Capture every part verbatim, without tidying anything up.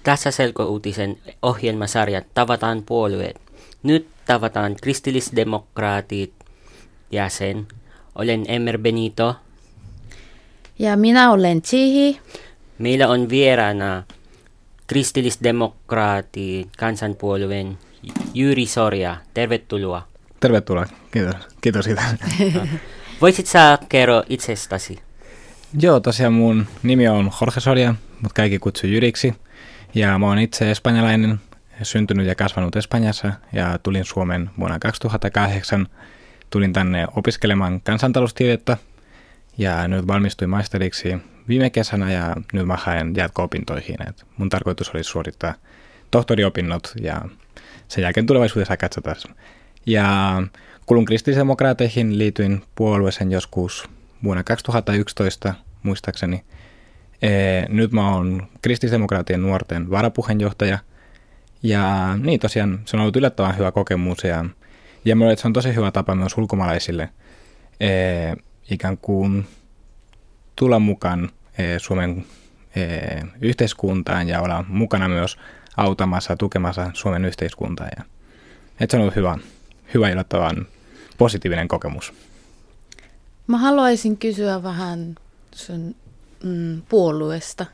Tässä selkouutisen ohjelmasarjat Tavataan puolueet. Nyt tavataan kristillisdemokraatit jäsen. Olen Emmer Benito. Ja minä olen Chihi. Meillä on vieraana kristillisdemokraatin kansanpuolueen Jyri Sorja. Tervetuloa. Tervetuloa. Kiitos. Kiitos siitä. Voisit sä kertoa itsestäsi? Joo, tosiaan mun nimi on Jorge Soria, mutta kaikki kutsuu Jyriksi. Ja mä oon itse espanjalainen, syntynyt ja kasvanut Espanjassa ja tulin Suomeen vuonna kaksituhattakahdeksan. Tulin tänne opiskelemaan kansantaloustiedettä ja nyt valmistuin maisteriksi viime kesänä ja nyt mä haen jatko-opintoihin. Et mun tarkoitus oli suorittaa tohtoriopinnot ja sen jälkeen tulevaisuudessa katsotaan. Ja kuulun kristillisdemokraateihin, liityin puolueeseen joskus vuonna kaksituhattayksitoista muistaakseni. Ee, nyt mä oon kristillisdemokraatien nuorten varapuheenjohtaja ja niin tosiaan se on ollut yllättävän hyvä kokemus ja, ja minulle se on tosi hyvä tapa myös ulkomaalaisille ee, ikään kuin tulla mukaan ee, Suomen ee, yhteiskuntaan ja olla mukana myös autamassa, tukemassa Suomen yhteiskuntaa. Ja, et se on ollut hyvä, hyvä yllättävän positiivinen kokemus. Mä haluaisin kysyä vähän sun mm, puolueesta.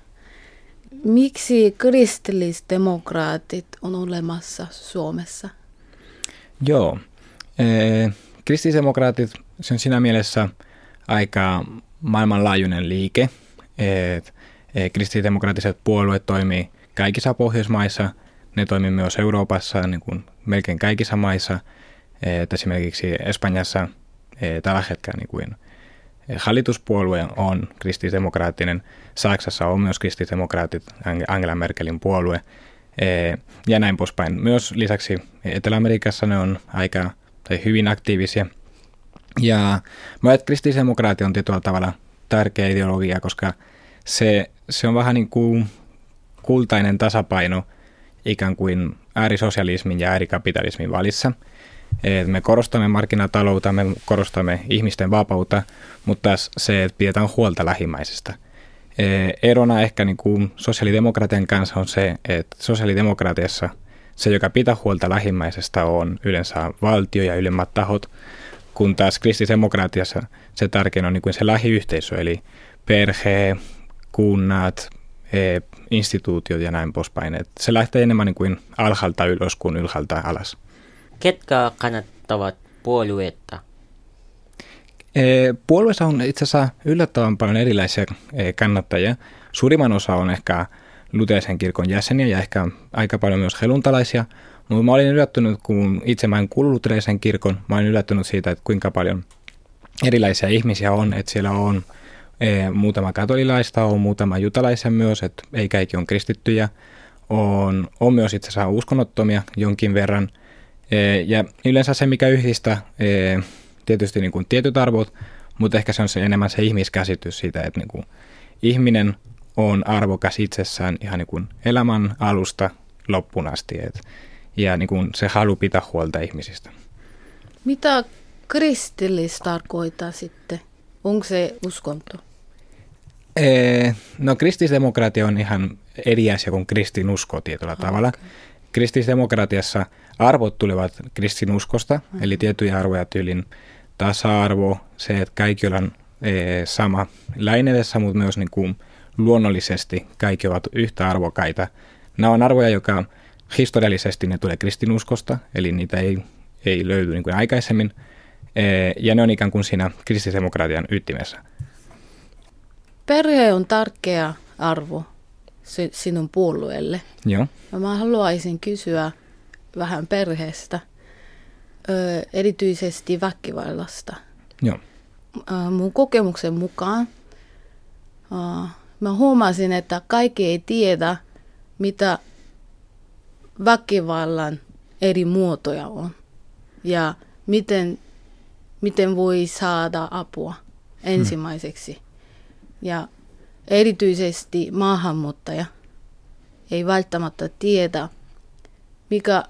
Miksi kristillisdemokraatit on olemassa Suomessa? Joo. Eh, kristillisdemokraatit, se on siinä mielessä aika maailmanlaajuinen liike. Et, eh, kristillisdemokraattiset puolueet toimii kaikissa Pohjoismaissa. Ne toimii myös Euroopassa, niin kuin melkein kaikissa maissa. Et esimerkiksi Espanjassa eh, tällä hetkellä niin kuin hallituspuolue on kristillisdemokraattinen. Saksassa on myös kristillisdemokraatit, Angela Merkelin puolue ja näin poispäin. Myös lisäksi Etelä-Amerikassa ne on aika tai hyvin aktiivisia. Ja mä ajattelen, että kristillisdemokraatia on tietyllä tavalla tärkeä ideologia, koska se, se on vähän niin kuin kultainen tasapaino ikään kuin äärisosialismin ja äärikapitalismin välissä. Me korostamme markkinataloutta, me korostamme ihmisten vapautta, mutta se, että pidetään huolta lähimmäisestä. Erona ehkä niin kuin sosiaalidemokratian kanssa on se, että sosiaalidemokratiassa se, joka pitää huolta lähimmäisestä, on yleensä valtio ja ylemmät tahot, kun taas kristillisdemokratiassa se tärkein on niin kuin se lähiyhteisö, eli perhe, kunnat, instituutiot ja näin poispäin. Se lähtee enemmän niin kuin alhaalta ylös kuin ylhäältä alas. Ketkä kannattavat puolueetta? Puolueessa on itse asiassa yllättävän paljon erilaisia kannattajia. Suurimman osa on ehkä luterilaisen kirkon jäseniä ja ehkä aika paljon myös helluntalaisia. Mutta mä olin yllättynyt, kun itse mä en kuulu luterilaisen kirkon, mä olin yllättynyt siitä, että kuinka paljon erilaisia ihmisiä on. Että siellä on muutama katolilaista, on muutama jutalaisia myös, että ei kaikki on kristittyjä. On, on myös itse asiassa uskonnottomia jonkin verran. Ja yleensä se, mikä yhdistää tietysti niin kuin tietyt arvot, mutta ehkä se on se enemmän se ihmiskäsitys siitä, että niin kuin ihminen on arvokas itsessään ihan niin kuin elämän alusta loppuun asti. Et, ja niin kuin se halu pitää huolta ihmisistä. Mitä kristillis tarkoittaa sitten? Onko se uskonto? Ee, no kristillisdemokratia on ihan eri asia kuin kristinusko tietyllä oh, tavalla. Okay. Kristillisdemokratiassa arvot tulevat kristinuskosta, mm-hmm. eli tiettyjä arvoja tyylin tasa-arvo, se, että kaikki on e, sama lain edessä, mutta myös niin kuin luonnollisesti kaikki ovat yhtä arvokaita. Nämä on arvoja, jotka historiallisesti ne tulee kristinuskosta, eli niitä ei, ei löydy niin kuin aikaisemmin, e, ja ne on ikään kuin siinä kristillisdemokratian ytimessä. Perhe on tärkeä arvo sinun puolueelle. Joo. Mä haluaisin kysyä vähän perheestä, ö, erityisesti väkivallasta. Joo. Ö, mun kokemuksen mukaan ö, mä huomasin, että kaikki ei tiedä, mitä väkivallan eri muotoja on ja miten, miten voi saada apua ensimmäiseksi. Hmm. Ja erityisesti maahanmuuttaja ei välttämättä tiedä, mikä,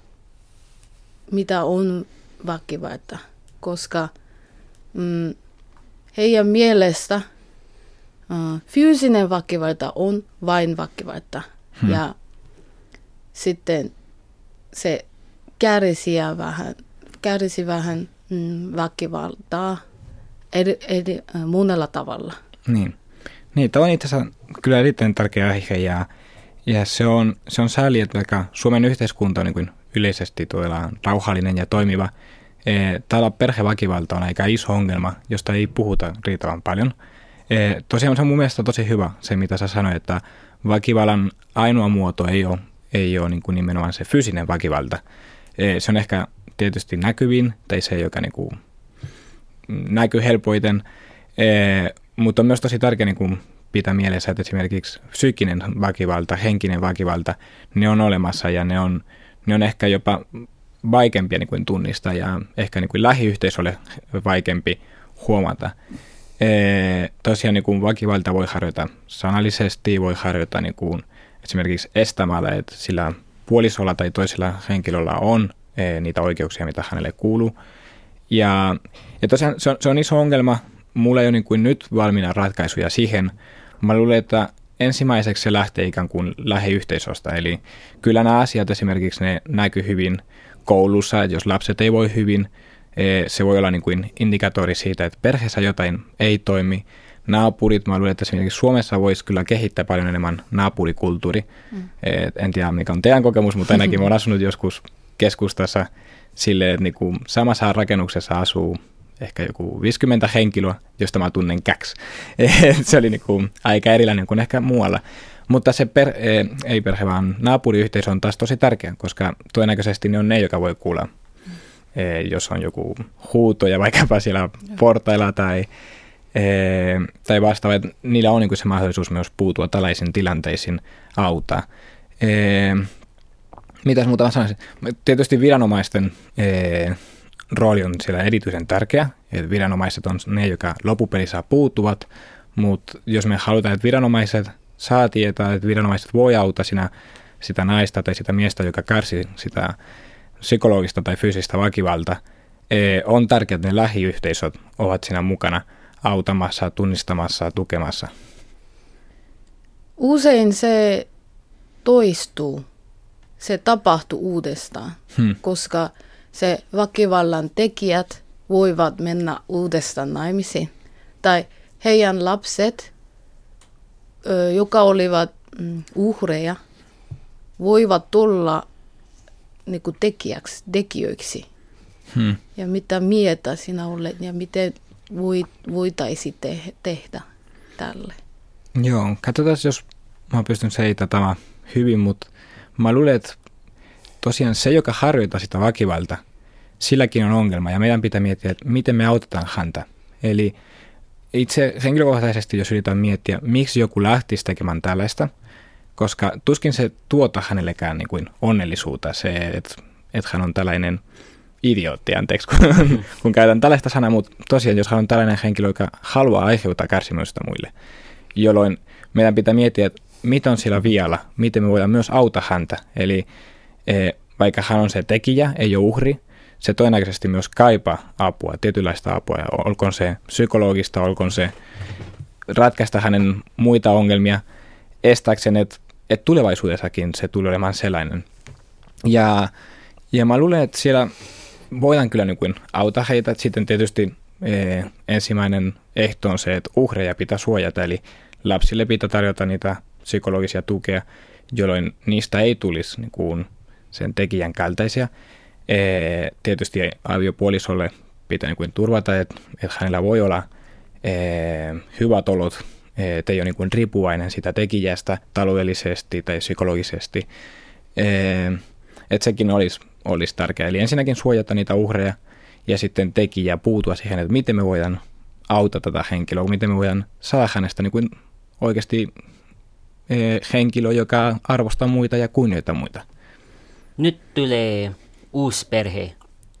mitä on väkivalta, koska mm, heidän mielestä uh, fyysinen väkivalta on vain väkivalta. Hmm. Ja sitten se kärsi vähän, kärsi vähän mm, väkivaltaa eri, eri, äh, monella tavalla. Niin. Niin, tämä on itse asiassa kyllä erittäin tärkeä aihe ja, ja se, on, se on sääli, että vaikka Suomen yhteiskunta on niin kuin yleisesti tuolla rauhallinen ja toimiva, e, täällä perheväkivalta on aika iso ongelma, josta ei puhuta riittävän paljon. E, tosiaan se on mun mielestä tosi hyvä se, mitä sä sanoit, että väkivallan ainoa muoto ei ole, ei ole niin kuin nimenomaan se fyysinen väkivalta. E, se on ehkä tietysti näkyvin, tai se, joka niin kuin näkyy helpoiten, e, mutta on myös tosi tärkeää niin kuin pitää mielessä, että esimerkiksi psyykkinen väkivalta, henkinen väkivalta, ne on olemassa ja ne on, ne on ehkä jopa vaikeampia niin kuin tunnistaa ja ehkä niin kuin lähiyhteisölle vaikeampi huomata. Ee, tosiaan niin kuin väkivalta voi harjoittaa sanallisesti, voi harjoittaa niin kuin esimerkiksi estämällä, että sillä puolisolla tai toisella henkilöllä on e, niitä oikeuksia, mitä hänelle kuuluu. Ja, ja tosiaan se on, se on iso ongelma. Mulla ei ole niin kuin nyt valmiina ratkaisuja siihen. Mä luulen, että ensimmäiseksi se lähtee ikään kuin lähiyhteisöstä. Eli kyllä nämä asiat esimerkiksi ne näkyy hyvin koulussa, että jos lapset ei voi hyvin, se voi olla niin kuin indikaattori siitä, että perheessä jotain ei toimi. Naapurit, mä luulen, että esimerkiksi Suomessa voisi kyllä kehittää paljon enemmän naapurikulttuuri. Mm. En tiedä, mikä on teidän kokemus, mutta ainakin mä oon asunut joskus keskustassa silleen, että niin kuin samassa rakennuksessa asuu ehkä joku viisikymmentä henkilöä, josta mä tunnen käksi. Se oli niin kuin aika erilainen kuin ehkä muualla. Mutta se per, ei perhe, vaan naapuriyhteisö on taas tosi tärkeä, koska todennäköisesti ne on ne, joka voi kuulla, jos on joku huutoja vaikkapa siellä portailla tai, tai vastaava. Niillä on niin kuin se mahdollisuus myös puutua tällaisiin tilanteisiin auttaa. Mitäs muuta mä sanoisin? Tietysti viranomaisten rooli on siellä erityisen tärkeä, että viranomaiset on ne, jotka loppupelissä puuttuvat, mutta jos me halutaan, että viranomaiset saa tietää, että viranomaiset voi auttaa sinä, sitä naista tai sitä miestä, joka kärsii sitä psykologista tai fyysistä väkivaltaa, on tärkeää, että ne lähiyhteisöt ovat siinä mukana autamassa, tunnistamassa, tukemassa. Usein se toistuu, se tapahtuu uudestaan, hmm. koska se väkivallan tekijät voivat mennä uudestaan naimisiin. Tai heidän lapset, jotka olivat uhreja, voivat tulla niin kuin tekijäksi, tekijöiksi. Hmm. Ja mitä mieltä sinä olet ja miten voitaisiin te- tehdä tälle. Joo, katsotaan, jos mä pystyn selittämään tämä hyvin, mutta mä luulen, että tosiaan se, joka harjoittaa sitä väkivalta, silläkin on ongelma ja meidän pitää miettiä, että miten me autetaan häntä. Eli itse henkilökohtaisesti, jos yritetään miettiä, miksi joku lähtisi tekemään tällaista, koska tuskin se tuota hänellekään niin kuin onnellisuutta, se, että, että hän on tällainen idiootti, anteeksi, kun, kun käytän tällaista sanaa, mutta tosiaan, jos hän on tällainen henkilö, joka haluaa aiheuttaa kärsimystä muille, jolloin meidän pitää miettiä, että mitä on sillä vialla, miten me voidaan myös auttaa häntä. Eli e, vaikka hän on se tekijä, ei ole uhri, se todennäköisesti myös kaipaa apua, tietynlaista apua, olkoon se psykologista, olkoon se ratkaista hänen muita ongelmia, estääkseen, että, että tulevaisuudessakin se tulee olemaan sellainen. Ja, ja mä luulen, että siellä voidaan kyllä niin kuin auttaa heitä. Sitten tietysti e, ensimmäinen ehto on se, että uhreja pitää suojata, eli lapsille pitää tarjota niitä psykologisia tukea, jolloin niistä ei tulisi niin kuin sen tekijän kaltaisia. E, tietysti aviopuolisolle pitää niin kuin turvata, että, että hänellä voi olla e, hyvät olot, että ei ole niin kuin riippuvainen sitä tekijästä taloudellisesti tai psykologisesti. E, että sekin olisi, olisi tärkeää. Eli ensinnäkin suojata niitä uhreja ja sitten tekijä puutua siihen, että miten me voidaan auttaa tätä henkilöä, miten me voidaan saada hänestä niin kuin oikeasti e, henkilö, joka arvostaa muita ja kunnioittaa muita. Nyt tulee uusi perhe.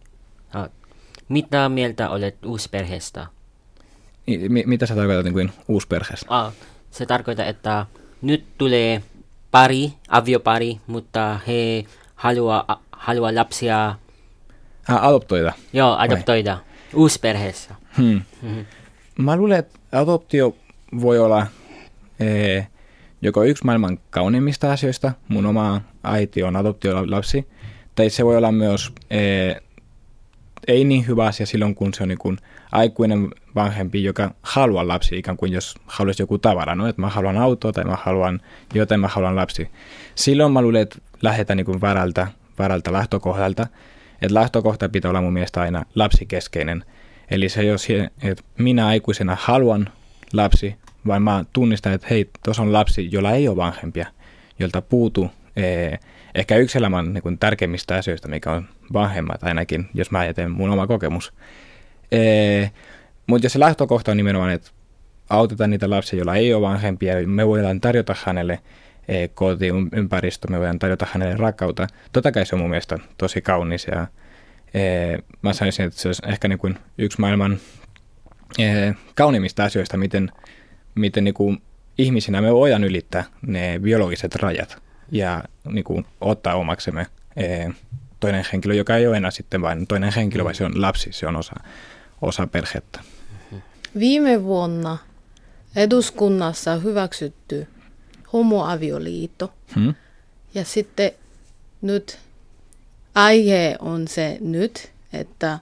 Mitä mieltä olet uusperheestä? M- mitä sä tarkoitat niin kuin uusperheestä? Ah, se tarkoittaa, että nyt tulee pari, aviopari, mutta he haluaa, haluaa lapsia. Ah, adoptoida. Joo, adoptoida. Vai? Uusperheessä. Hmm. Mm-hmm. Mä luulen, että adoptio voi olla e, joko yksi maailman kauneimmista asioista, mun oma äiti on adoptiolapsi, tai se voi olla myös ee, ei niin hyvä asia silloin, kun se on niin kuin aikuinen vanhempi, joka haluaa lapsi, ikään kuin jos haluaisi joku tavara, no, että mä haluan autoa tai mä haluan jotain, mä haluan lapsi. Silloin mä luulen, että lähdetään niin kuin väärältä, väärältä lähtökohdalta, että lähtökohta pitää olla mun mielestä aina lapsikeskeinen. Eli se jos että minä aikuisena haluan lapsi, vaan mä tunnistan, että hei, tuossa on lapsi, jolla ei ole vanhempia, jolta puutuu ee, ehkä yksi elämän niin kuin tärkeimmistä asioista, mikä on vanhemmat ainakin, jos mä ajattelen mun oma kokemus. Ee, mutta jos se lähtökohta on nimenomaan, että autetaan niitä lapsia, joilla ei ole vanhempia, me voidaan tarjota hänelle ee, kotiympäristö, me voidaan tarjota hänelle rakkautta. Totta kai se on mun mielestä tosi kaunis ja ee, mä sanoisin, että se olisi ehkä niin kuin yksi maailman ee, kauniimmista asioista, miten, miten niin kuin ihmisinä me voidaan ylittää ne biologiset rajat ja niin kuin, ottaa omaksemme ee, toinen henkilö, joka ei ole enää sitten vain toinen henkilö, vaan se on lapsi, se on osa, osa perhettä. Viime vuonna eduskunnassa hyväksytty homoavioliitto. Hmm? Ja sitten nyt aihe on se nyt, että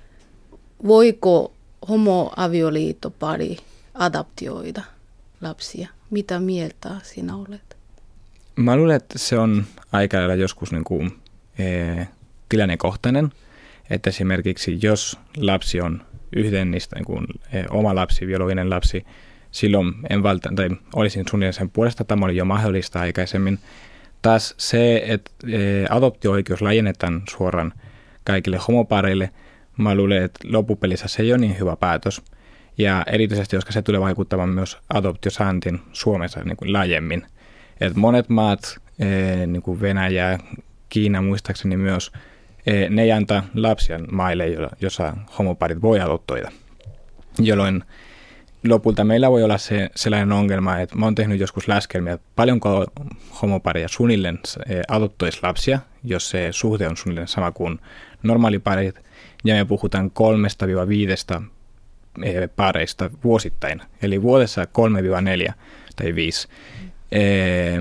voiko homoavioliittopari adoptioida lapsia? Mitä mieltä sinä olet? Mä luulen, että se on aika lailla joskus niin kuin, e, tilannekohtainen, että esimerkiksi jos lapsi on yhden niistä niin kuin, e, oma lapsi, biologinen lapsi, silloin en valta, tai olisin suunnilleen sen puolesta, tämä oli jo mahdollista aikaisemmin. Taas se, että e, adoptio-oikeus laajennetaan suoraan kaikille homopareille, mä luulen, että loppupelissä se ei ole niin hyvä päätös. Ja erityisesti, koska se tulee vaikuttamaan myös adoptiosääntiin Suomessa niin kuin laajemmin. Et monet maat, e, niin kuin Venäjä, Kiina muistaakseni myös, e, ne ei antaa lapsia maille, jossa homoparit voi adoptoida. Jolloin lopulta meillä voi olla se sellainen ongelma, että mä oon tehnyt joskus laskelmia, että paljonko homoparia suunnilleen e, adoptoisi lapsia, jos se suhde on suunnilleen sama kuin normaaliparit, ja me puhutaan kolmesta viidestä e, pareista vuosittain, eli vuodessa kolme neljä tai viisi. Ee,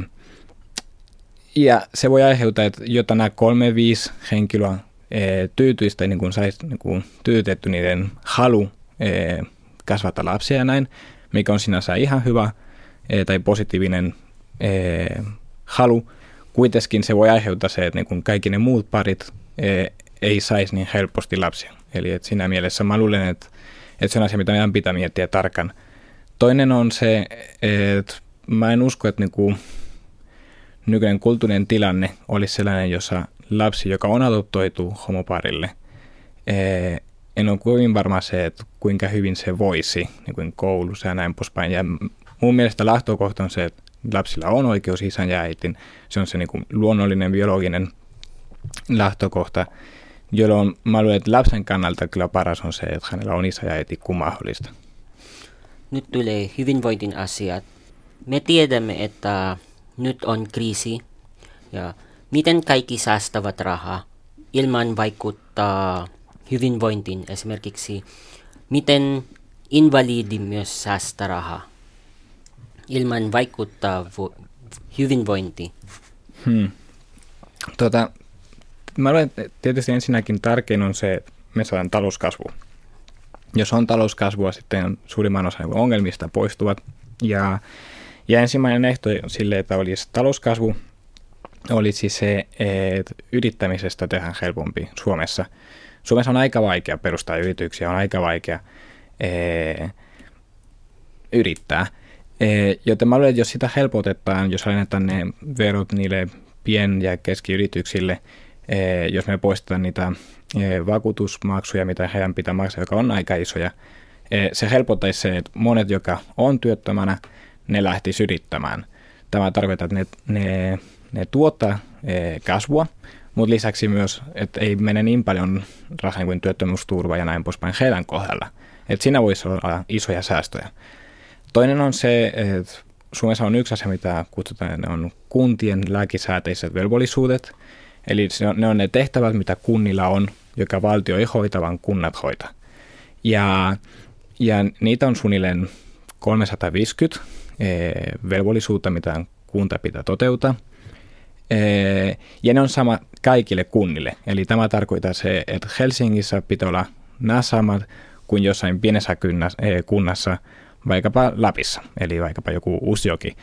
ja se voi aiheuttaa, että jotta nämä kolme viisi henkilöä ee, tyytyisi tai niin kuin saisi niin kuin tyytetty niiden halu ee, kasvattaa lapsia ja näin, mikä on sinänsä ihan hyvä ee, tai positiivinen ee, halu. Kuitenkin se voi aiheuttaa se, että niin kuin kaikki ne muut parit ee, ei saisi niin helposti lapsia. Eli että siinä mielessä mä luulen, että, että se on asia, mitä meidän pitää miettiä tarkkaan. Toinen on se, että mä en usko, että niinku nykyinen kulttuurinen tilanne olisi sellainen, jossa lapsi, joka on adoptoitu homoparille, ee, en ole kovin varma se, että kuinka hyvin se voisi niin kuin koulussa ja näin poispäin. Ja mun mielestä lähtökohta on se, että lapsilla on oikeus isän ja äitin. Se on se niin kuin luonnollinen, biologinen lähtökohta, jolloin mä luulen, että lapsen kannalta kyllä paras on se, että hänellä on isä ja äiti kuin mahdollista. Nyt tulee hyvinvointin asiat. Me tiedämme, että nyt on kriisi ja miten kaikki säästävät rahaa ilman vaikuttaa hyvinvointiin. Esimerkiksi miten invalidi myös säästää rahaa ilman vaikuttaa vo- hyvinvointiin. Hmm. Tota, mä luulen, että tietysti ensinnäkin tärkein on se, että me saadaan talouskasvua. Jos on talouskasvua, sitten suurimman osa ongelmista poistuvat. Ja, ja ensimmäinen ehto sille, että olisi talouskasvu, olisi se, että yrittämisestä tehdään helpompi Suomessa. Suomessa on aika vaikea perustaa yrityksiä, on aika vaikea ee, yrittää. E, joten mä luulen, että jos sitä helpotetaan, jos annetaan ne verot niille pien- ja keskiyrityksille, e, jos me poistetaan niitä e, vakuutusmaksuja, mitä heidän pitää maksaa, joka on aika isoja, e, se helpottaisi se, että monet, jotka on työttömänä, ne lähtisi yrittämään. Tämä tarkoittaa, että ne, ne, ne tuottaa e, kasvua, mutta lisäksi myös, että ei mene niin paljon rahaa kuin työttömyysturva ja näin poispäin heidän kohdalla. Että siinä voisi olla isoja säästöjä. Toinen on se, että Suomessa on yksi asia, mitä kutsutaan, ne on kuntien lakisääteiset velvollisuudet. Eli ne on ne tehtävät, mitä kunnilla on, joka valtio ei hoita, vaan kunnat hoita. Ja, ja niitä on suunnilleen kolmesataaviisikymmentä, velvollisuutta, mitä kunta pitää toteuttaa. Ja ne on sama kaikille kunnille. Eli tämä tarkoittaa se, että Helsingissä pitää olla nämä samat kuin jossain pienessä kunnassa, vaikkapa Lapissa, eli vaikkapa joku Uusjoki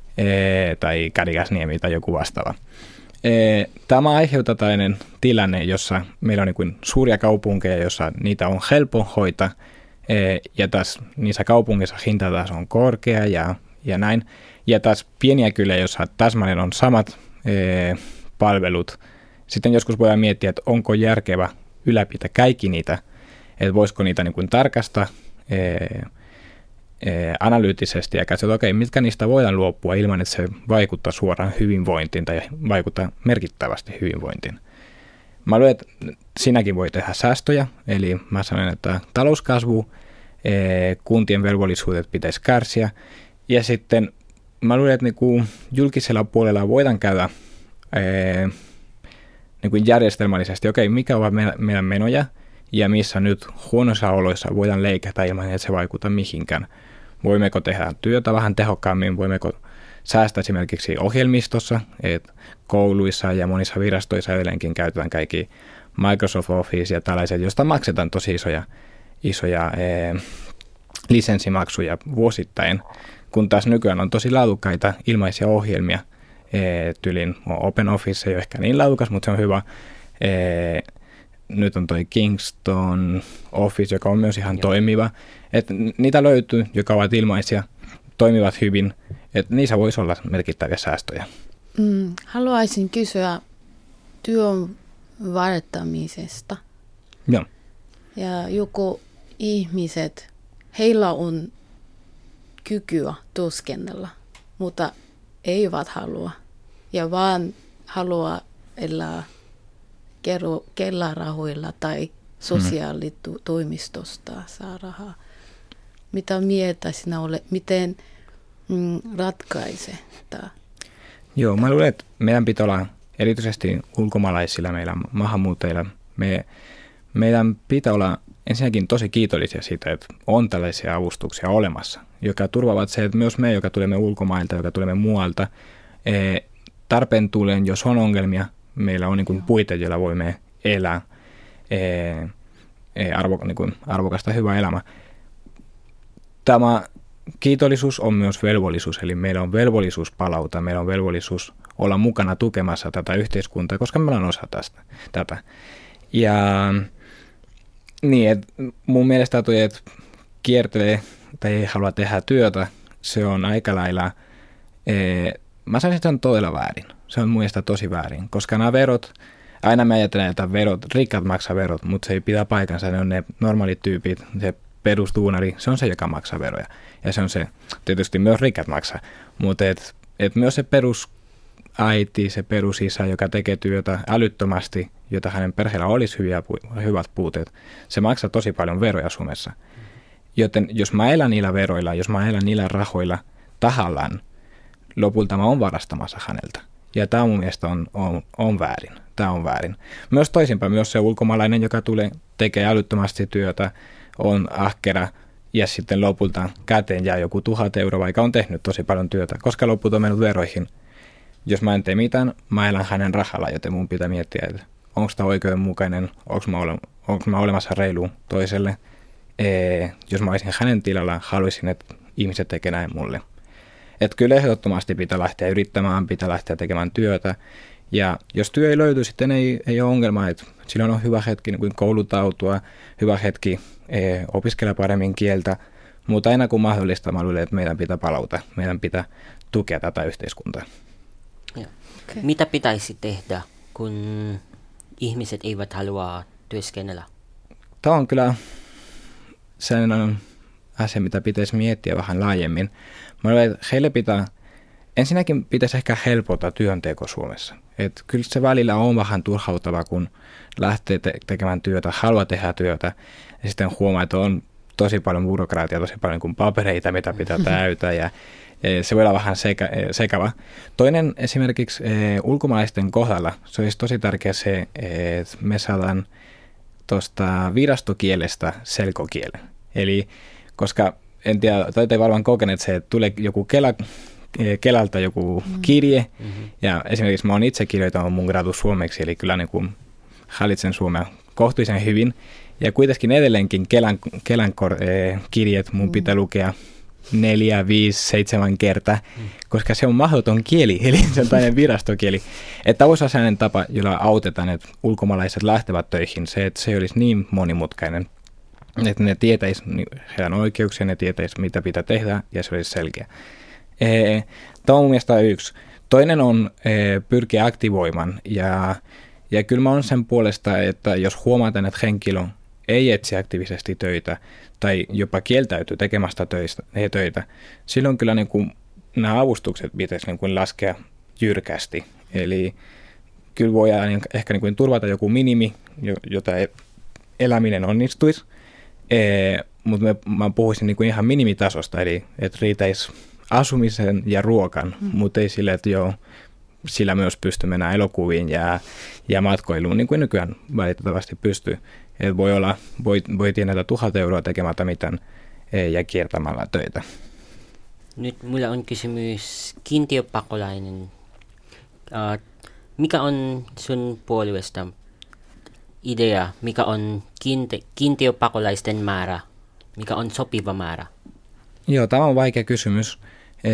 tai Karigasniemi tai joku vastaava. Tämä aiheuttaa tällainen tilanne, jossa meillä on niin kuin suuria kaupunkeja, jossa niitä on helppo hoitaa, ja taas niissä kaupungeissa hinta taas on korkea ja, ja näin. Ja taas pieniä kyliä, jossa täsmälleen on samat ee, palvelut. Sitten joskus voidaan miettiä, että onko järkevä ylläpitää kaikki niitä, että voisiko niitä niin kuin tarkastaa ee, ee, analyyttisesti ja katsoa, okei, okay, mitkä niistä voidaan luopua ilman, että se vaikuttaa suoraan hyvinvointiin tai vaikuttaa merkittävästi hyvinvointiin. Mä luulen, että sinäkin voi tehdä säästöjä, eli mä sanon, että talouskasvu, ee, kuntien velvollisuudet pitäisi kärsiä, ja sitten mä luulen, että niinku julkisella puolella voidaan käydä ee, niinku järjestelmällisesti, okei, okay, mikä ovat meidän menoja, ja missä nyt huonoissa oloissa voidaan leikata ilman, että se vaikuttaa mihinkään. Voimmeko tehdä työtä vähän tehokkaammin, voimmeko säästää esimerkiksi ohjelmistossa, että kouluissa ja monissa virastoissa edelleenkin käytetään kaikki Microsoft Office ja tällaiset, joista maksetaan tosi isoja, isoja ee, lisenssimaksuja vuosittain, kun taas nykyään on tosi laadukkaita ilmaisia ohjelmia. ee, tyylin Open Office ei ole ehkä niin laadukas, mutta se on hyvä. ee, nyt on toi Kingston Office, joka on myös ihan Joo. toimiva. Et niitä löytyy, jotka ovat ilmaisia, toimivat hyvin. Et niissä voisi olla merkittäviä säästöjä. Mm, haluaisin kysyä työn varttamisesta. Joo. Ja joku ihmiset, heillä on kykyä työskennellä, mutta eivät halua. Ja vaan haluaa elää kellarahoilla tai sosiaalitoimistosta saa rahaa. Mitä mieltä sinä olet? Miten mm, ratkaise tämä? Joo, mä luulen, että meidän pitää olla erityisesti ulkomaalaisilla, meillä maahanmuuttajilla. Me, meidän pitää olla ensinnäkin tosi kiitollisia siitä, että on tällaisia avustuksia olemassa, joka turvaavat se, että myös me, joka tulemme ulkomailta, joka tulemme muualta, tarpeen tullen, jos on ongelmia, meillä on niin kuin puitteet, joilla voimme elää arvo, niin kuin arvokasta hyvää elämää. Tämä kiitollisuus on myös velvollisuus, eli meillä on velvollisuus palauta, meillä on velvollisuus olla mukana tukemassa tätä yhteiskuntaa, koska meillä on osa tästä, tätä. Ja niin, että mun mielestä toi, että kiertelee tai ei halua tehdä työtä, se on aika lailla, ee, mä sanoisin, että se on todella väärin. Se on mun mielestä tosi väärin, koska nämä verot, aina me ajatellaan, että verot, rikkaat maksaa verot, mutta se ei pidä paikansa, ne on ne normaalit tyypit, se perustuunari, se on se, joka maksaa veroja. Ja se on se, tietysti myös rikkaat maksaa, mutta et, et myös se perusäiti, se perusisä, joka tekee työtä älyttömästi, jota hänen perheellä olisi hyviä, hyvät puutteet, se maksaa tosi paljon veroja Suomessa. Joten jos mä elän niillä veroilla, jos mä elän niillä rahoilla tahallaan, lopulta mä oon varastamassa häneltä. Ja tämä mun mielestä on, on, on väärin. Tämä on väärin. Myös toisinpäin, myös se ulkomaalainen, joka tulee, tekee älyttömästi työtä, on ahkera ja sitten lopulta käteen jää joku tuhat euroa, vaikka on tehnyt tosi paljon työtä, koska lopulta on mennyt veroihin. Jos mä en tee mitään, mä elän hänen rahalla, joten mun pitää miettiä, että onko tämä oikeudenmukainen, onko mä, ole, onko mä olemassa reilu toiselle. Ee, jos mä olisin hänen tilalla, haluaisin, että ihmiset tekee näin mulle. Että kyllä ehdottomasti pitää lähteä yrittämään, pitää lähteä tekemään työtä. Ja jos työ ei löyty, sitten ei, ei ole ongelmaa, että silloin on hyvä hetki niin kuin kouluttautua, hyvä hetki ee, opiskella paremmin kieltä. Mutta aina kun mahdollista, mä luulen, että meidän pitää palauta, meidän pitää tukea tätä yhteiskuntaa. Okay. Mitä pitäisi tehdä, kun ihmiset eivät halua työskennellä? Tämä on kyllä sellainen asia, mitä pitäisi miettiä vähän laajemmin. Mä luulen, että heille pitää, ensinnäkin pitäisi ehkä helpottaa työnteko Suomessa. Et kyllä se välillä on vähän turhauttavaa, kun lähtee te- tekemään työtä, haluaa tehdä työtä, ja sitten huomaa, että on tosi paljon byrokraatiaa, tosi paljon kuin papereita, mitä pitää täytää, ja se voi olla vähän seka, sekava. Toinen esimerkiksi e, ulkomaalaisten kohdalla, se olisi tosi tärkeää se, että me saadaan tuosta virastokielestä selkokielen. Eli koska en tiedä, tai ei varmaan kokeneet se, että tulee joku Kela, Kelalta joku mm. kirje, mm-hmm. ja esimerkiksi mä oon itse kirjoittanut mun gradu suomeksi, eli kyllä niin kuin hallitsen suomea kohtuullisen hyvin, ja kuitenkin edelleenkin Kelan, Kelan kirjeet mun pitää lukea neljä, viisi, seitsemän kertaa, mm. koska se on mahdoton kieli, eli se on tämmöinen virastokieli. Että olisi sellainen tapa, jolla autetaan, että ulkomaalaiset lähtevät töihin, se, että se olisi niin monimutkainen, että ne tietäisi heidän oikeuksia, ne tietäisi, mitä pitää tehdä, ja se olisi selkeä. E, Tämä on mun mielestä yksi. Toinen on e, pyrkiä aktivoimaan, ja, ja kyllä mä oon sen puolesta, että jos huomataan, että henkilö ei etsi aktiivisesti töitä, tai jopa kieltäytyy tekemästä töistä, töitä, silloin kyllä niin kuin nämä avustukset pitäisi niin kuin laskea jyrkästi. Eli kyllä voidaan ehkä niin kuin turvata joku minimi, jota eläminen onnistuisi, e, mutta me, mä puhuisin niin kuin ihan minimitasosta, eli että riitäisi asumisen ja ruokan, mm. mutta ei sille, että joo, sillä myös pystyy mennä elokuviin ja, ja matkoiluun, niin kuin nykyään valitettavasti pystyy. Et voi, olla, voi, voi tienata tuhat euroa tekemättä mitään ja kiertämällä töitä. Nyt mulla on kysymys kiintiöpakolainen. Uh, mikä on sun puolueesta idea, mikä on kiinte, kiintiöpakolaisten määrä, mikä on sopiva määrä? Joo, tämä on vaikea kysymys. E,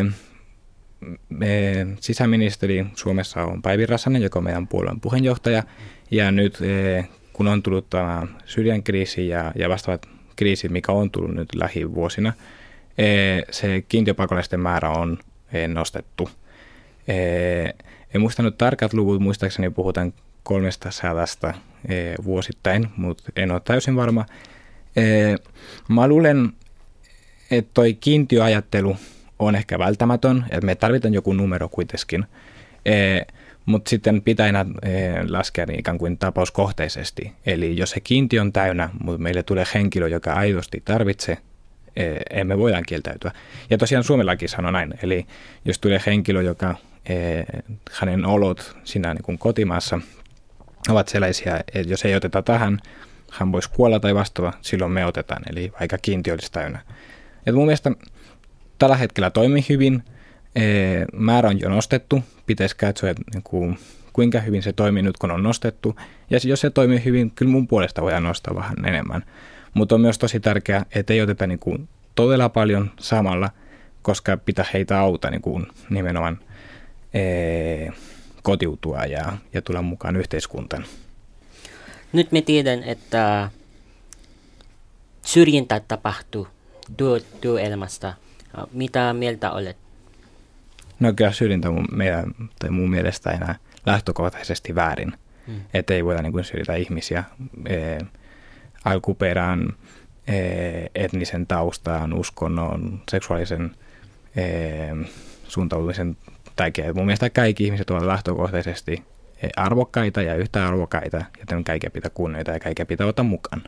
e, sisäministeri Suomessa on Päivi Räsänen, joka on meidän puolueen puheenjohtaja, ja nyt e, kun on tullut tämä Syyrian kriisi ja, ja vastaavat kriisit, mikä on tullut nyt lähivuosina, e, se kiintiöpakolaisten määrä on e, nostettu. E, en muistanut tarkat luvut, muistaakseni puhutaan kolmestasadasta e, vuosittain, mutta en ole täysin varma. E, mä luulen, että toi kiintiöajattelu on ehkä välttämätön, että me tarvitaan joku numero kuitenkin, e, mutta sitten pitää aina e, laskea niin ikään kuin tapauskohteisesti. Eli jos se kiintiö on täynnä, mutta meille tulee henkilö, joka aidosti tarvitsee, e, emme voidaan kieltäytyä. Ja tosiaan Suomellakin sanoo näin, eli jos tulee henkilö, joka e, hänen olot siinä niin kuin kotimaassa ovat sellaisia, että jos ei oteta tähän, hän voisi kuolla tai vastaava, silloin me otetaan, eli vaikka kiintiö olisi täynnä. Et mun mielestä tällä hetkellä toimii hyvin, e, määrä on jo nostettu, pitäisi katsoa, että niin kuin, kuinka hyvin se toimii nyt, kun on nostettu. Ja jos se toimii hyvin, kyllä mun puolesta voidaan nostaa vähän enemmän. Mutta on myös tosi tärkeää, että ei oteta niin kuin, todella paljon samalla, koska pitää heitä auttaa niin kuin, nimenomaan e, kotiutua ja, ja tulla mukaan yhteiskuntaan. Nyt me tiedän, että syrjintä tapahtuu työelämästä. Mitä mieltä olet? No kyllä syrjintä mun, meidän, tai mun mielestä enää lähtökohtaisesti väärin. Hmm. Että ei voida niin kuin syrjitä ihmisiä e, alkuperään, e, etnisen taustaan, uskonnon, seksuaalisen e, suuntautumisen takia. Mun mielestä kaikki ihmiset ovat lähtökohtaisesti arvokkaita ja yhtä arvokkaita, joten kaikkea pitää kunnioittaa ja kaikkea pitää ottaa mukaan.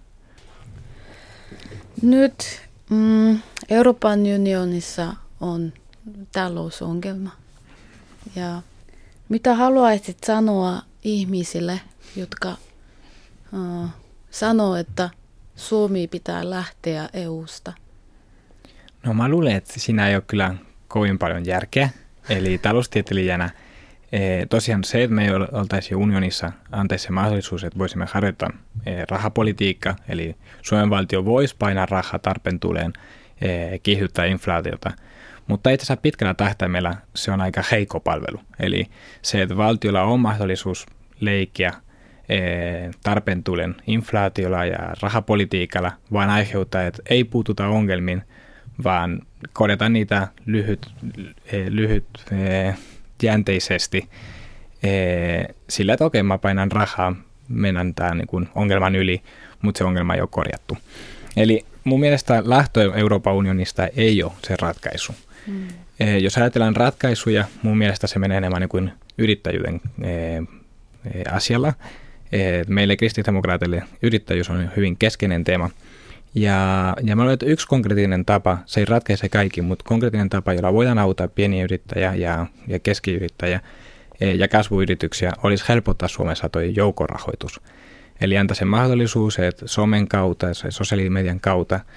Nyt mm, Euroopan unionissa on talousongelma. Ja mitä haluaisit sanoa ihmisille, jotka uh, sanoo, että Suomi pitää lähteä E U:sta? No mä luulen, että siinä ei ole kyllä kovin paljon järkeä. Eli taloustieteilijänä e, tosiaan se, että me oltaisiin unionissa, antaisi se mahdollisuus, että voisimme harjoittaa e, rahapolitiikkaa. Eli Suomen valtio voisi painaa rahaa tarpeen tulleen, e, kiihdyttää inflaatiota. Mutta itse asiassa pitkällä tähtäimellä se on aika heikko palvelu. Eli se, että valtiolla on mahdollisuus leikkiä e, tarpeen tullen inflaatiolla ja rahapolitiikalla, vaan aiheuttaa, että ei puututa ongelmiin, vaan korjataan niitä lyhyt, lyhyt e, jänteisesti e, sillä, että okei, mä painan rahaa, mennään tämän niin kuin ongelman yli, mutta se ongelma ei ole korjattu. Eli mun mielestä lähtö Euroopan unionista ei ole se ratkaisu. Mm. E, jos ajatellaan ratkaisuja, mun mielestä se menee enemmän niin kuin yrittäjyyden e, e, asialla. E, meille kristillisdemokraateille yrittäjyys on hyvin keskeinen teema. Ja, ja mä luulen, että yksi konkreettinen tapa, se ei ratkaise kaikki, mutta konkreettinen tapa, jolla voidaan auttaa pieniä yrittäjiä ja, ja keskiyrittäjiä ja kasvuyrityksiä, olisi helpottaa Suomessa tuo joukkorahoitus. Eli antaa se mahdollisuus, että somen kautta, sosiaalimedian kautta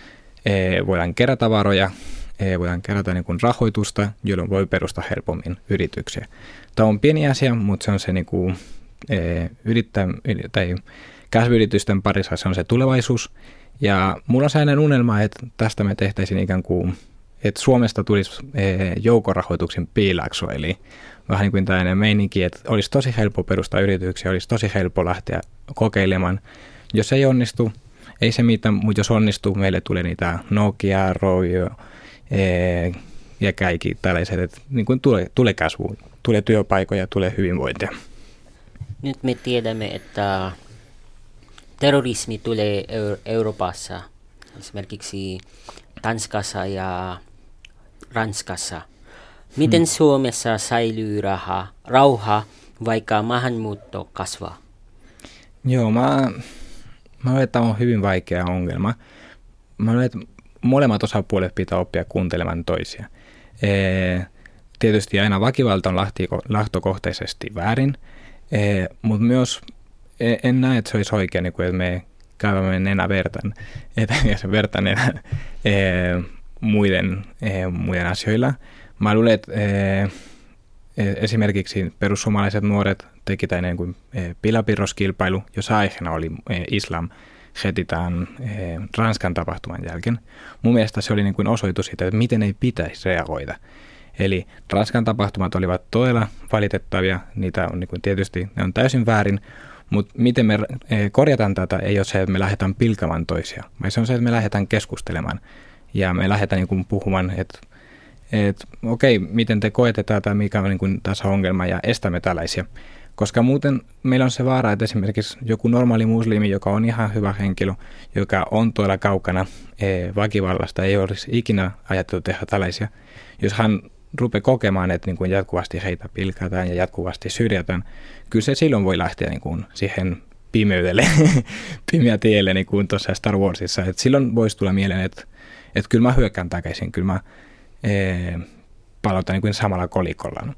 voidaan kerätä varoja, voidaan kerätä niin kuin rahoitusta, jolloin voi perustaa helpommin yrityksiä. Tämä on pieni asia, mutta se on se niin kuin, yrittää, tai kasvuyritysten parissa se on se tulevaisuus. Ja mulla on sellainen unelma, että tästä me tehtäisiin ikään kuin, että Suomesta tulisi joukkorahoituksen piilaakso, eli vähän niin kuin tällainen meininki, että olisi tosi helppo perustaa yrityksiä, olisi tosi helppo lähteä kokeilemaan. Jos ei onnistu, ei se mitään, mutta jos onnistuu, meille tulee niitä Nokia, Rovio ja kaikki tällaiset, että niin kuin tulee, tulee kasvua, tulee työpaikoja, tulee hyvinvointia. Nyt me tiedämme, että terrorismi tulee Euroopassa, esimerkiksi Tanskassa ja Ranskassa. Miten hmm. Suomessa säilyy raha, rauha, vaikka maahanmuutto kasvaa? Joo, mä, mä luulen, että tämä on hyvin vaikea ongelma. Mä luulen, että molemmat osapuolet pitää oppia kuuntelemaan toisia. Ee, tietysti aina väkivalta on lähtökohtaisesti väärin, ee, mutta myös en näe, että se olisi oikein, niin kuin, että me käymme nenä vertan, että se vertan nenä ee, muiden, ee, muiden asioilla. Mä luulen, että ee, esimerkiksi perussuomalaiset nuoret teki tämmöinen kuin pilapirroskilpailu, jossa aiheena oli islam heti tämän Ranskan tapahtuman jälkeen. Mun mielestä se oli niin kuin osoitus siitä, että miten ei pitäisi reagoida. Eli Ranskan tapahtumat olivat todella valitettavia, niitä on niin kuin tietysti, ne on täysin väärin, mutta miten me korjataan tätä ei ole se, että me lähdetään pilkamaan toisia, vaan se on se, että me lähdetään keskustelemaan ja me lähdetään niin kuin puhumaan, että että okei, miten te koette tätä, mikä on niin kuin tässä ongelma ja estämme tällaisia. Koska muuten meillä on se vaara, että esimerkiksi joku normaali muslimi, joka on ihan hyvä henkilö, joka on tuolla kaukana väkivallasta, ei olisi ikinä ajatellut tehdä tällaisia. Jos hän rupeaa kokemaan, että niin kuin jatkuvasti heitä pilkataan ja jatkuvasti syrjätään, kyllä se silloin voi lähteä niin kuin siihen pimeydelle, pimeä tielle, niin kuin tuossa Star Warsissa. Et silloin voisi tulla mieleen, että, että kyllä mä hyökkään takaisin, kyllä mä palautan niin kuin samalla kolikolla.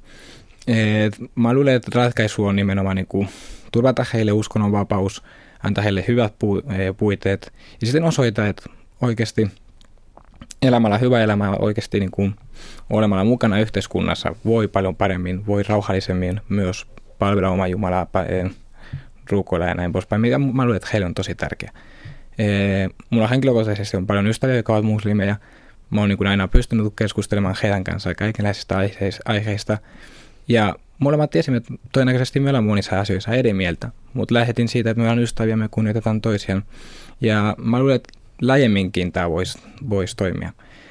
Et mä luulen, että ratkaisu on nimenomaan niin kuin turvata heille uskonnonvapaus, antaa heille hyvät pu- puitteet ja sitten osoittaa, että oikeasti elämällä hyvä elämä oikeasti niin kuin olemalla mukana yhteiskunnassa voi paljon paremmin, voi rauhallisemmin myös palvella omaa Jumalaa, ruukoilla ja näin poispäin, mikä mä luulen, että heille on tosi tärkeä. E, mulla henkilökohtaisesti on paljon ystäviä, jotka ovat muslimeja. Mä oon niin kuin aina pystynyt keskustelemaan heidän kanssaan kaikenlaisista aiheista. Ja molemmat tiesimme, että todennäköisesti meillä on monissa asioissa eri mieltä, mutta lähetin siitä, että me ollaan ystäviä, me kunnioitetaan toisiaan. Ja mä luulen, että laajemminkin tämä voisi vois toimia.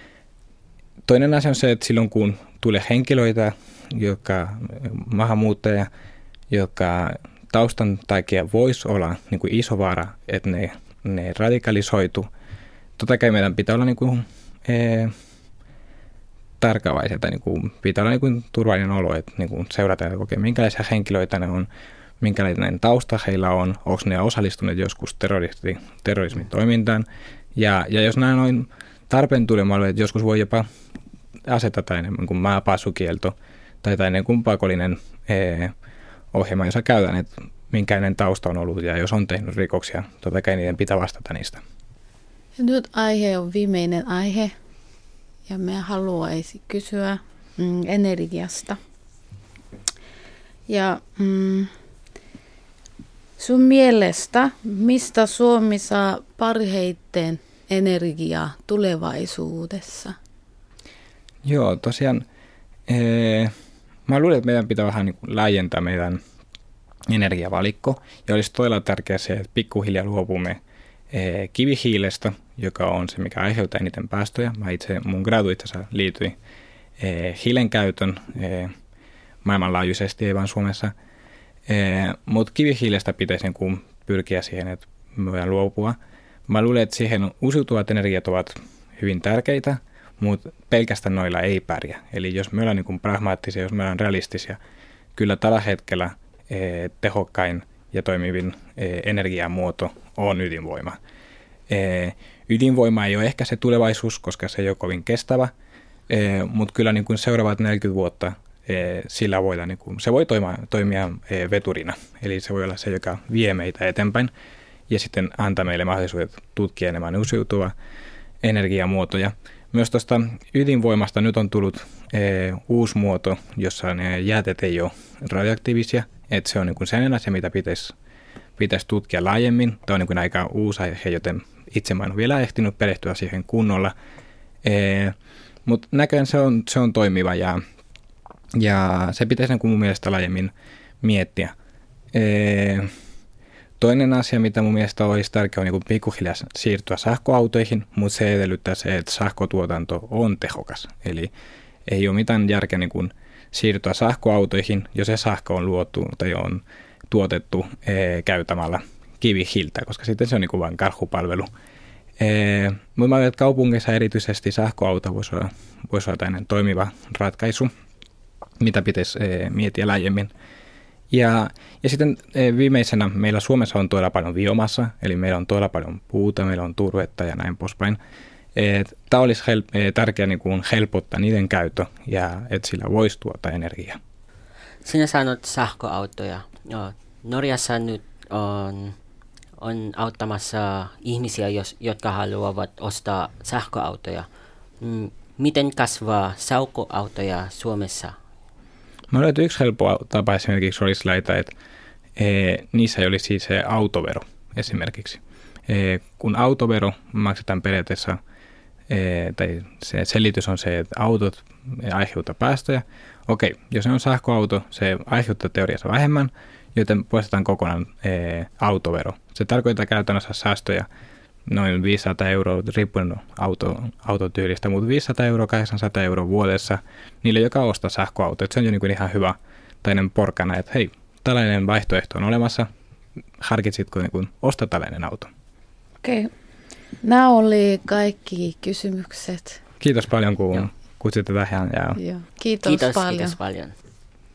Toinen asia on se, että silloin kun tulee henkilöitä, jotka maahanmuuttajia, jotka taustan takia voisi olla niin kuin iso vaara, että ne, ne radikalisoitu. Totta kai meidän pitää olla niin kuin, ee, tarkkaavaisia, tai niin kuin, pitää olla niin kuin turvallinen olo, että niin kuin seurataan, että okei, minkälaisia henkilöitä ne on, minkälainen tausta heillä on, onko ne osallistuneet joskus terrorismitoimintaan. Ja, ja jos näin on tarpeen tulemaan, että joskus voi jopa asettaa tällainen niin kuin maapassukielto tai tällainen kuin pakollinen ee, ohjelma, jossa käydään, että minkälainen tausta on ollut ja jos on tehnyt rikoksia, totta kai niiden pitää vastata niistä. Nyt aihe on viimeinen aihe ja me haluaisi kysyä mm, energiasta. Ja mm, sun mielestä, mistä Suomi saa parhaiten energiaa tulevaisuudessa? Joo, tosiaan ee, mä luulen, että meidän pitää vähän niin kuin laajentaa meidän energiavalikko ja olisi todella tärkeää se, että pikkuhiljaa luopumme ee, kivihiilestä, joka on se, mikä aiheuttaa eniten päästöjä. Mä itse, mun gradu itse asiassa liityi ee, hiilen käytön ee, maailmanlaajuisesti, ei vaan Suomessa. Mutta kivihiilestä pitäisi niin pyrkiä siihen, että me voidaan luopua. Mä luulen, että siihen uusiutuvat energiat ovat hyvin tärkeitä, mutta pelkästään noilla ei pärjää. Eli jos me ollaan niin pragmaattisia, jos me ollaan realistisia, kyllä tällä hetkellä eh, tehokkain ja toimivin eh, energiamuoto on ydinvoima. Eh, ydinvoima ei ole ehkä se tulevaisuus, koska se ei ole kovin kestävä, eh, mutta kyllä niin kuin seuraavat neljäkymmentä vuotta eh, sillä voidaan, niin kuin, se voi toimia, toimia eh, veturina. Eli se voi olla se, joka vie meitä eteenpäin ja sitten antaa meille mahdollisuudet tutkia enemmän uusiutuvaa. energiamuotoja. Myös tuosta ydinvoimasta nyt on tullut e, uusi muoto, jossa ne jätet ei ole radioaktiivisia. Että se on niin kuin sellainen asia, mitä pitäisi, pitäisi tutkia laajemmin. Tämä on niin kuin aika uusi aihe, joten itse mä en ole vielä ehtinyt perehtyä siihen kunnolla. E, Mutta näköjään se on, se on toimiva ja, ja se pitäisi niin kuin mun mielestä laajemmin miettiä. E, Toinen asia, mitä mun mielestä olisi tärkeää, on niin pikkuhiljaa siirtyä sähköautoihin, mutta se edellyttää se, että sähkötuotanto on tehokas. Eli ei ole mitään järkeä niin kuin siirtyä sähköautoihin, jos se sähkö on luotu tai on tuotettu ee, käytämällä kivihiiltä, koska sitten se on niin kuin vain karhupalvelu. Ee, mutta mä ajattelen, että kaupungeissa erityisesti sähköauto voisi olla, voisi olla tämmöinen toimiva ratkaisu, mitä pitäisi ee, miettiä laajemmin. Ja, ja sitten viimeisenä meillä Suomessa on todella paljon biomassa, eli meillä on todella paljon puuta, meillä on turvetta ja näin poispäin. Tämä olisi hel- tärkeää niin kuin helpottaa niiden käyttö ja että sillä voisi tuota energiaa. Sinä sanot sähköautoja. No, Norjassa nyt on, on auttamassa ihmisiä, jos, jotka haluavat ostaa sähköautoja. Miten kasvaa sähköautoja Suomessa? Mä olen, että yksi helppo tapa esimerkiksi olisi laittaa, että e, niissä ei olisi siis se autovero esimerkiksi. E, kun autovero maksetaan periaatteessa, e, tai se selitys on se, että autot aiheuttaa päästöjä. Okei, jos se on sähköauto, se aiheuttaa teoriassa vähemmän, joten poistetaan kokonaan e, autovero. Se tarkoittaa käytännössä säästöjä noin viisisataa euroa, riippuen auto, autotyylistä, mutta viisisataa euroa, kahdeksansataa euroa vuodessa niille, joka ostaa sähköauto. Se on jo niin kuin ihan hyvä tällainen porkkana, että hei, tällainen vaihtoehto on olemassa. Harkitsitko niin kuin ostaa tällainen auto? Okei. Okay. Nämä oli kaikki kysymykset. Kiitos paljon, kun kutsutte tähän. Ja... Joo. Kiitos, kiitos paljon. Kiitos paljon.